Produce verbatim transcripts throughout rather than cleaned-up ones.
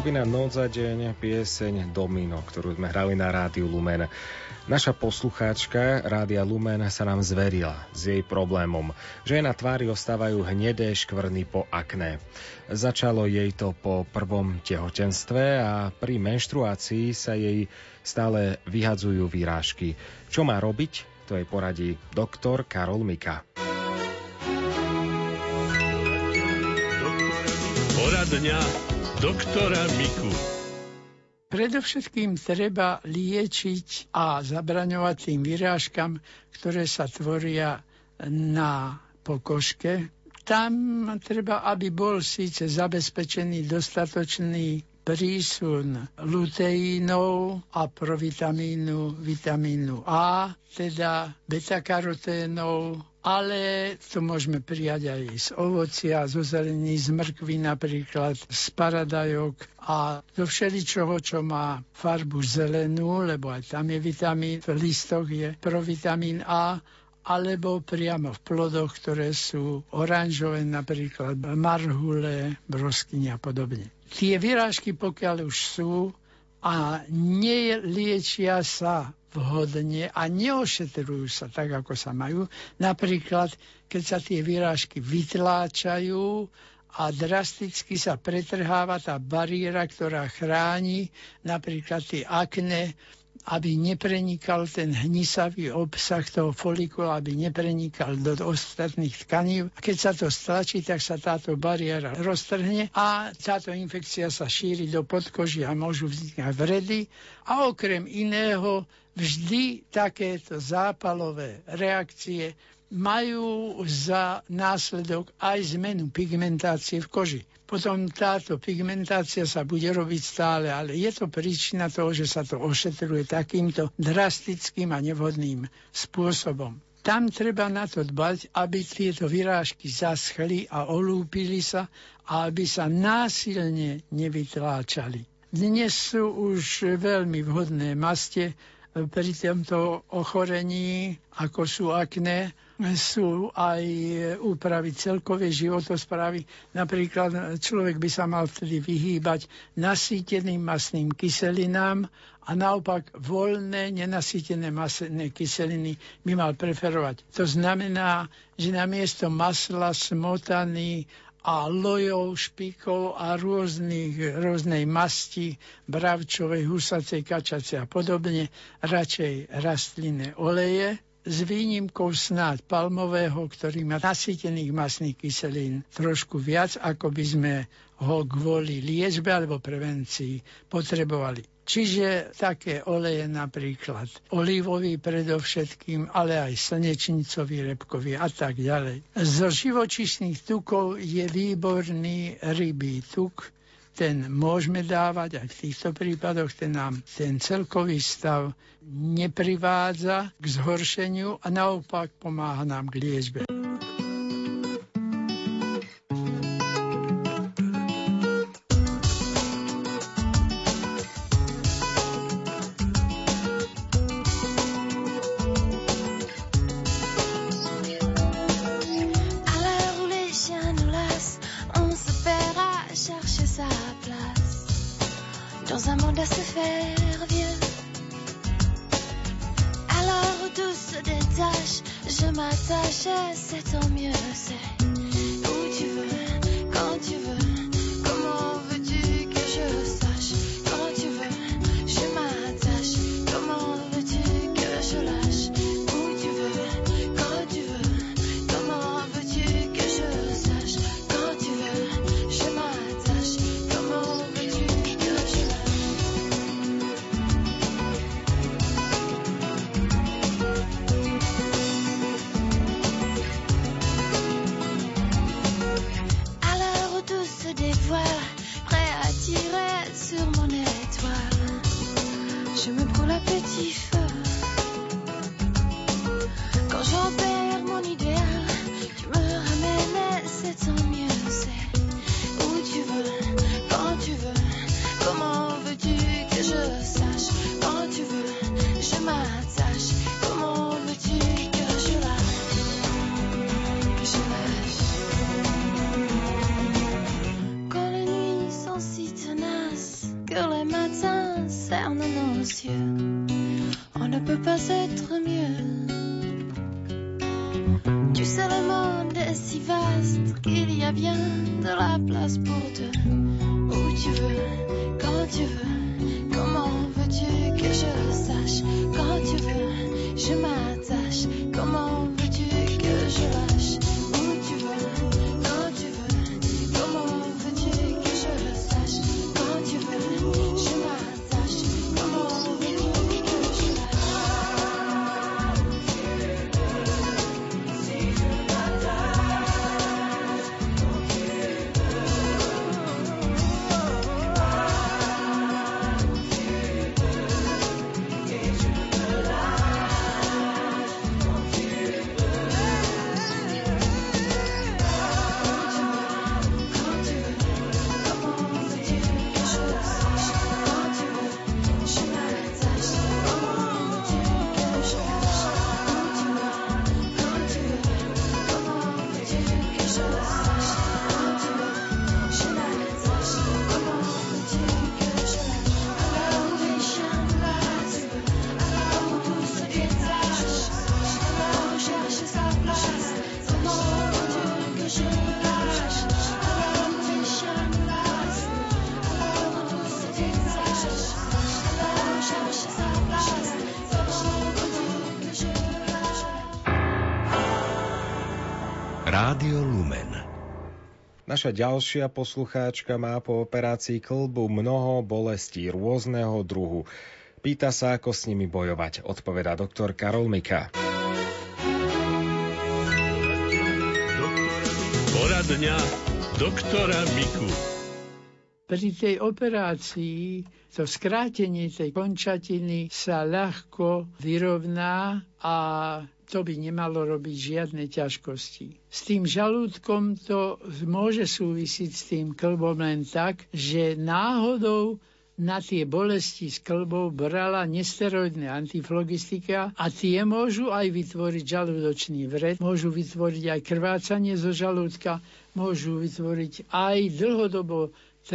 skupina Noc a deň, pieseň Domino, ktorú sme hrali na Rádiu Lumen. Naša poslucháčka Rádia Lumen sa nám zverila s jej problémom, že jej na tvári ostávajú hnedé škvrny po akné. Začalo jej to po prvom tehotenstve a pri menštruácii sa jej stále vyhadzujú výrážky. Čo má robiť? To jej poradí doktor Karol Mika. Poradňa doktora Miku. Predovšetkým treba liečiť a zabraňovať tým výrážkam, ktoré sa tvoria na pokožke. Tam treba, aby bol síce zabezpečený dostatočný prísun luteínov a provitamínu, vitamínu A, teda beta-karoténov, ale to môžeme prijať aj z ovocia, zo zelení, z mrkvy napríklad, z paradajok a zo všeličoho, čo má farbu zelenú, lebo aj tam je vitamín, v listoch je provitamín A, alebo priamo v plodoch, ktoré sú oranžové, napríklad marhule, broskyne a podobne. Tie výrážky, pokiaľ už sú a neliečia sa vhodne a neošetrujú sa tak, ako sa majú, napríklad, keď sa tie výrážky vytláčajú a drasticky sa pretrháva tá bariéra, ktorá chráni napríklad tie akné, aby neprenikal ten hnisavý obsah toho folikula, aby neprenikal do ostatných tkaní. Keď sa to stlačí, tak sa táto bariéra roztrhne a táto infekcia sa šíri do podkoží a môžu vznikať vredy. A okrem iného, vždy takéto zápalové reakcie majú za následok aj zmenu pigmentácie v koži. Potom táto pigmentácia sa bude robiť stále, ale je to príčina toho, že sa to ošetruje takýmto drastickým a nevhodným spôsobom. Tam treba na to dbať, aby tieto vyrážky zaschli a olúpili sa a aby sa násilne nevytláčali. Dnes sú už veľmi vhodné maste pri tomto ochorení, ako sú akné, sú aj úpravy celkovej životosprávy. Napríklad človek by sa mal vtedy vyhýbať nasýteným mastným kyselinám a naopak voľné, nenasýtené mastné kyseliny by mal preferovať. To znamená, že namiesto masla, smotany a lojov, špikov a rôznych, rôznej masti, bravčovej, husacej, kačacej a podobne, radšej rastlinné oleje, s výnimkou snáď palmového, ktorý má nasýtených mastných kyselín trošku viac, ako by sme ho kvôli liečbe alebo prevencii potrebovali. Čiže také oleje napríklad olivový predovšetkým, ale aj slnečnicový, repkový a tak ďalej. Zo živočíšnych tukov je výborný rybí tuk. Ten môžeme dávať aj v týchto prípadoch, ten nám ten celkový stav neprivádza k zhoršeniu a naopak pomáha nám k liečbe. C'est tant mieux, c'est où tu veux, quand tu veux. Comment veux-tu que je sache? Quand tu veux, je m'attache. Comment veux-tu que je lâche? Où tu veux, quand tu veux. Comment veux-tu que je sache? Quand tu veux, je m'attache. Comment veux-tu que je lâche? Petit feu. Quand j'en perds mon idéal, tu me ramènes, c'est tant mieux, c'est où tu veux, quand tu veux. Comment veux-tu que je sache? Quand tu veux, je m'attache. Comment veux-tu que je lâche? Je lâche. Quand les nuits sont si tenaces, nos yeux. On ne peut pas être mieux. Tu sais, le monde est si vaste qu'il y a bien de la place pour deux. Où tu veux, quand tu veux, comment veux-tu que je le sache? Quand tu veux, je m'attache. Comment veux-tu que je lâche? Où tu veux, quand tu veux, comment veux-tu que je le sache? Quand tu veux, je m'attache. Comment veux-tu que je lâche? Rádio Lumen. Naša ďalšia poslucháčka má po operácii kĺbu mnoho bolestí rôzneho druhu. Pýta sa, ako s nimi bojovať, odpovedá doktor Karol Mika. Poradňa doktora Miku. Pri tej operácii to skrátenie tej končatiny sa ľahko vyrovná a to by nemalo robiť žiadne ťažkosti. S tým žalúdkom to môže súvisiť s tým kĺbom len tak, že náhodou na tie bolesti s kĺbou brala nesteroidné antiflogistika a tie môžu aj vytvoriť žalúdočný vred, môžu vytvoriť aj krvácanie zo žalúdka, môžu vytvoriť aj dlhodobo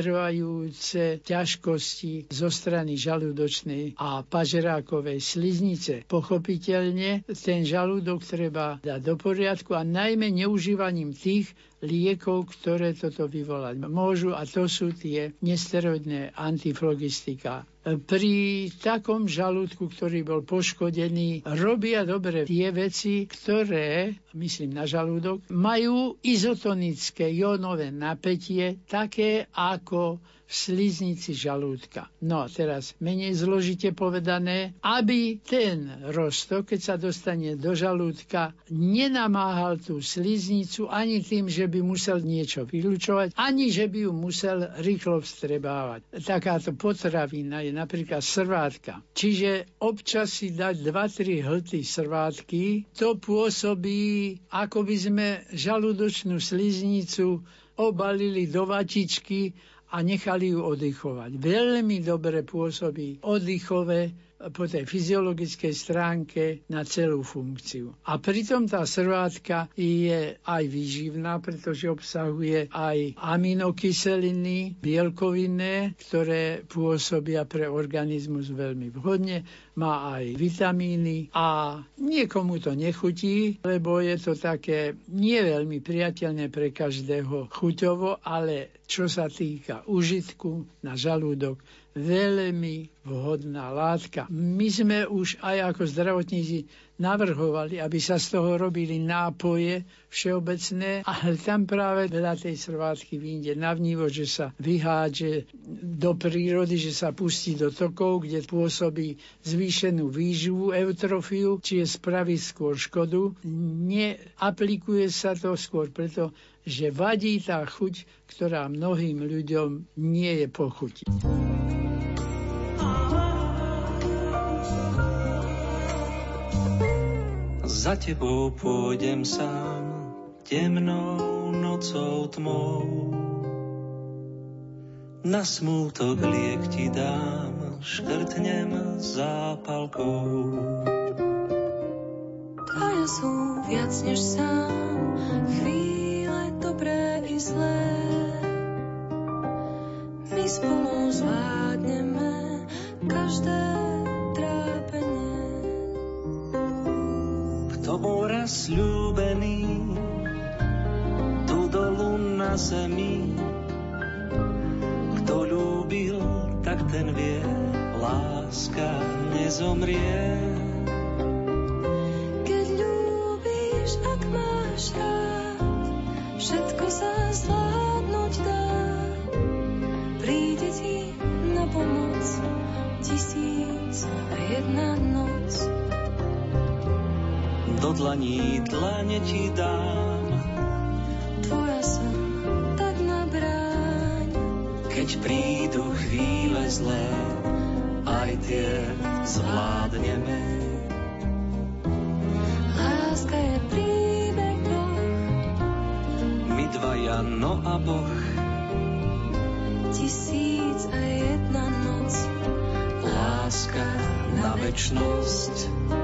trvajúce ťažkosti zo strany žalúdočnej a pažerákovej sliznice. Pochopiteľne ten žalúdok treba dať do poriadku a najmä neužívaním tých liekov, ktoré toto vyvolať môžu, a to sú tie nesteroidné antiflogistika. Pri takom žalúdku, ktorý bol poškodený, robia dobre tie veci, ktoré, myslím na žalúdok, majú izotonické jónové napätie, také ako v sliznici žalúdka. No teraz menej zložite povedané, aby ten roztok, keď sa dostane do žalúdka, nenamáhal tú sliznicu ani tým, že by musel niečo vylučovať, ani že by ju musel rýchlo vstrebávať. Takáto potravina je napríklad srvátka. Čiže občas si dať dva tri hlty srvátky, to pôsobí, ako by sme žalúdočnú sliznicu obalili do vatičky a nechali ju oddychovať. Veľmi dobre pôsobí oddychové po tej fyziologickej stránke na celú funkciu. A pritom tá srvátka je aj výživná, pretože obsahuje aj aminokyseliny, bielkovinné, ktoré pôsobia pre organizmus veľmi vhodne, má aj vitamíny a niekomu to nechutí, lebo je to také nie veľmi priateľné pre každého chuťovo, ale čo sa týka užitku na žalúdok, veľmi vhodná látka. My sme už aj ako zdravotníci navrhovali, aby sa z toho robili nápoje všeobecné, ale tam práve veľa tej srvátky vyjde navnívo, že sa vyhádže do prírody, že sa pustí do tokov, kde pôsobí zvýšenú výživu, eutrofiu, či je spraví skôr škodu. Neaplikuje sa to skôr preto, že vadí tá chuť, ktorá mnohým ľuďom nie je po chuti. Za tebou pôjdem sám, temnou nocou tmou. Na smútok liek ti dám, škrtnem zápalkou. Dvaja sú viac než sám, chvíle dobré i zlé. My spolu zvládneme každé trápenie. Kto bol raz sľúbený tu dolu na zemi, kto ľúbil, tak ten vie, láska nezomrie. Keď ľúbiš, ak máš rád, všetko sa zvládnuť dá. Príde ti na pomoc tisíc a jedna noc. Do dlaní dlane ti dám, Tvoja som, tak ma bráň. keď prídu chvíle zlé, aj tie zvládneme. Láska je príbeh Boh, My dvaja, no a Boh, tisíc a jedna noc. láska na večnosť.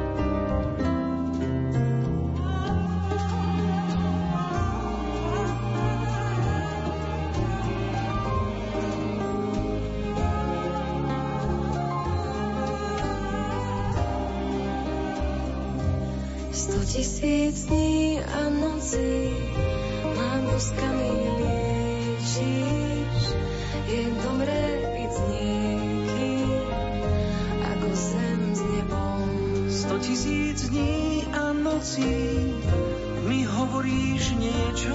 Sto tisíc dní a nocí ma boskami liečíš. Je dobré byť s niekým, ako zem s nebom. Sto tisíc dní a nocí mi hovoríš niečo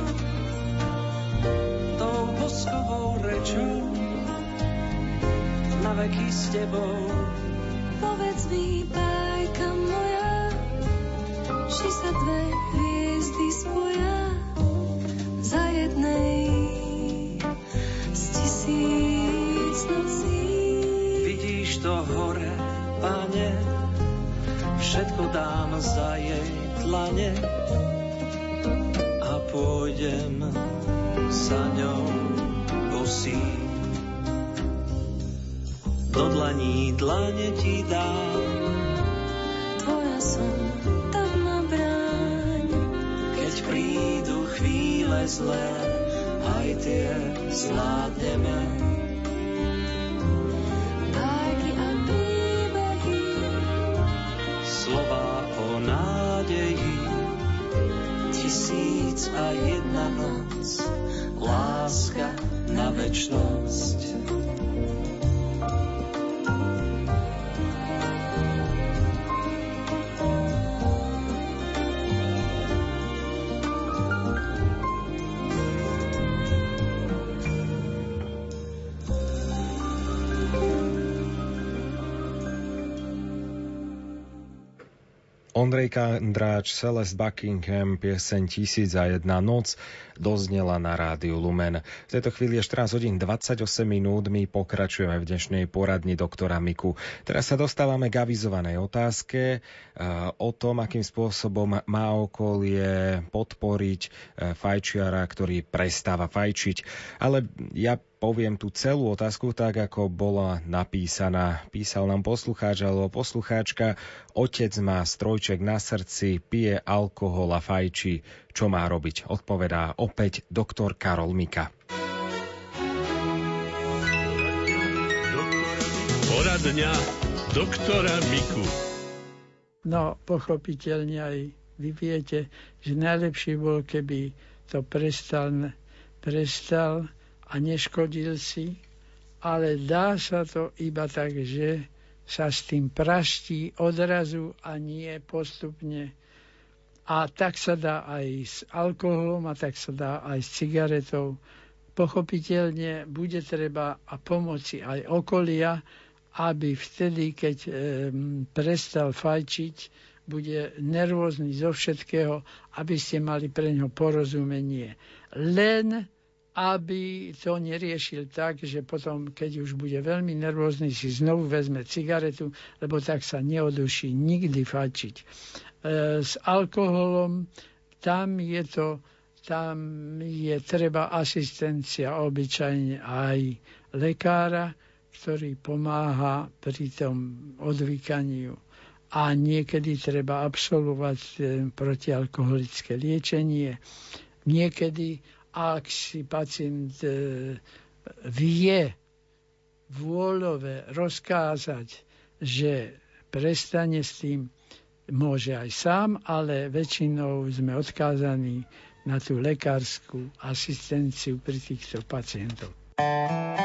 tou boskovou rečou, na veky s tebou. Povedz mi, bajka moja, či sa dve hviezdy spoja za jednej z tisíc nocí. Vidíš to hore, Pane, všetko dám za jej dlane a pôjdem za ňou bosý. Do dlaní dlane ti dám, Tvoja som, tak ma bráň. keď prídu chvíle zlé, aj tie zvládneme. Bajky a príbehy, Slová o nádeji, tisíc a jedna noc, láska na večnosť. Ondrej Kandráč, Celeste Buckingham, pieseň Tisíc a jedna noc doznela na rádiu Lumen. V tejto chvíli je štrnásť hodín dvadsaťosem minút, my pokračujeme v dnešnej poradni doktora Miku. Teraz sa dostávame k avizovanej otázke o tom, akým spôsobom má okolie podporiť fajčiara, ktorý prestáva fajčiť. Ale ja poviem tú celú otázku tak, ako bola napísaná. Písal nám poslucháč alebo poslucháčka: otec má strojček na srdci, pije alkohol a fajčí. Čo má robiť? Odpovedá opäť doktor Karol Mika. Poradňa doktora Miku. No, pochopiteľne aj vy viete, že najlepšie bolo, keby to prestal, prestal a neškodil si, ale dá sa to iba tak, že sa s tým praští odrazu a nie postupne. A tak sa dá aj s alkoholom a tak sa dá aj s cigaretou. Pochopiteľne bude treba a pomoci aj okolia, aby vtedy, keď e, prestal fajčiť, bude nervózny zo všetkého, aby ste mali pre ňo porozumenie. Len aby to neriešil tak, že potom, keď už bude veľmi nervózny, si znovu vezme cigaretu, lebo tak sa neoduší nikdy fajčiť. E, s alkoholom tam je to, tam je treba asistencia obyčajne aj lekára, ktorý pomáha pri tom odvykaniu. A niekedy treba absolvovať e, protialkoholické liečenie. Niekedy, ak si pacient e, vie, vôľové rozkázať, že prestane s tým, môže aj sám, ale väčšinou sme odkázaní na tú lekárskú asistenciu pri týchto pacientov.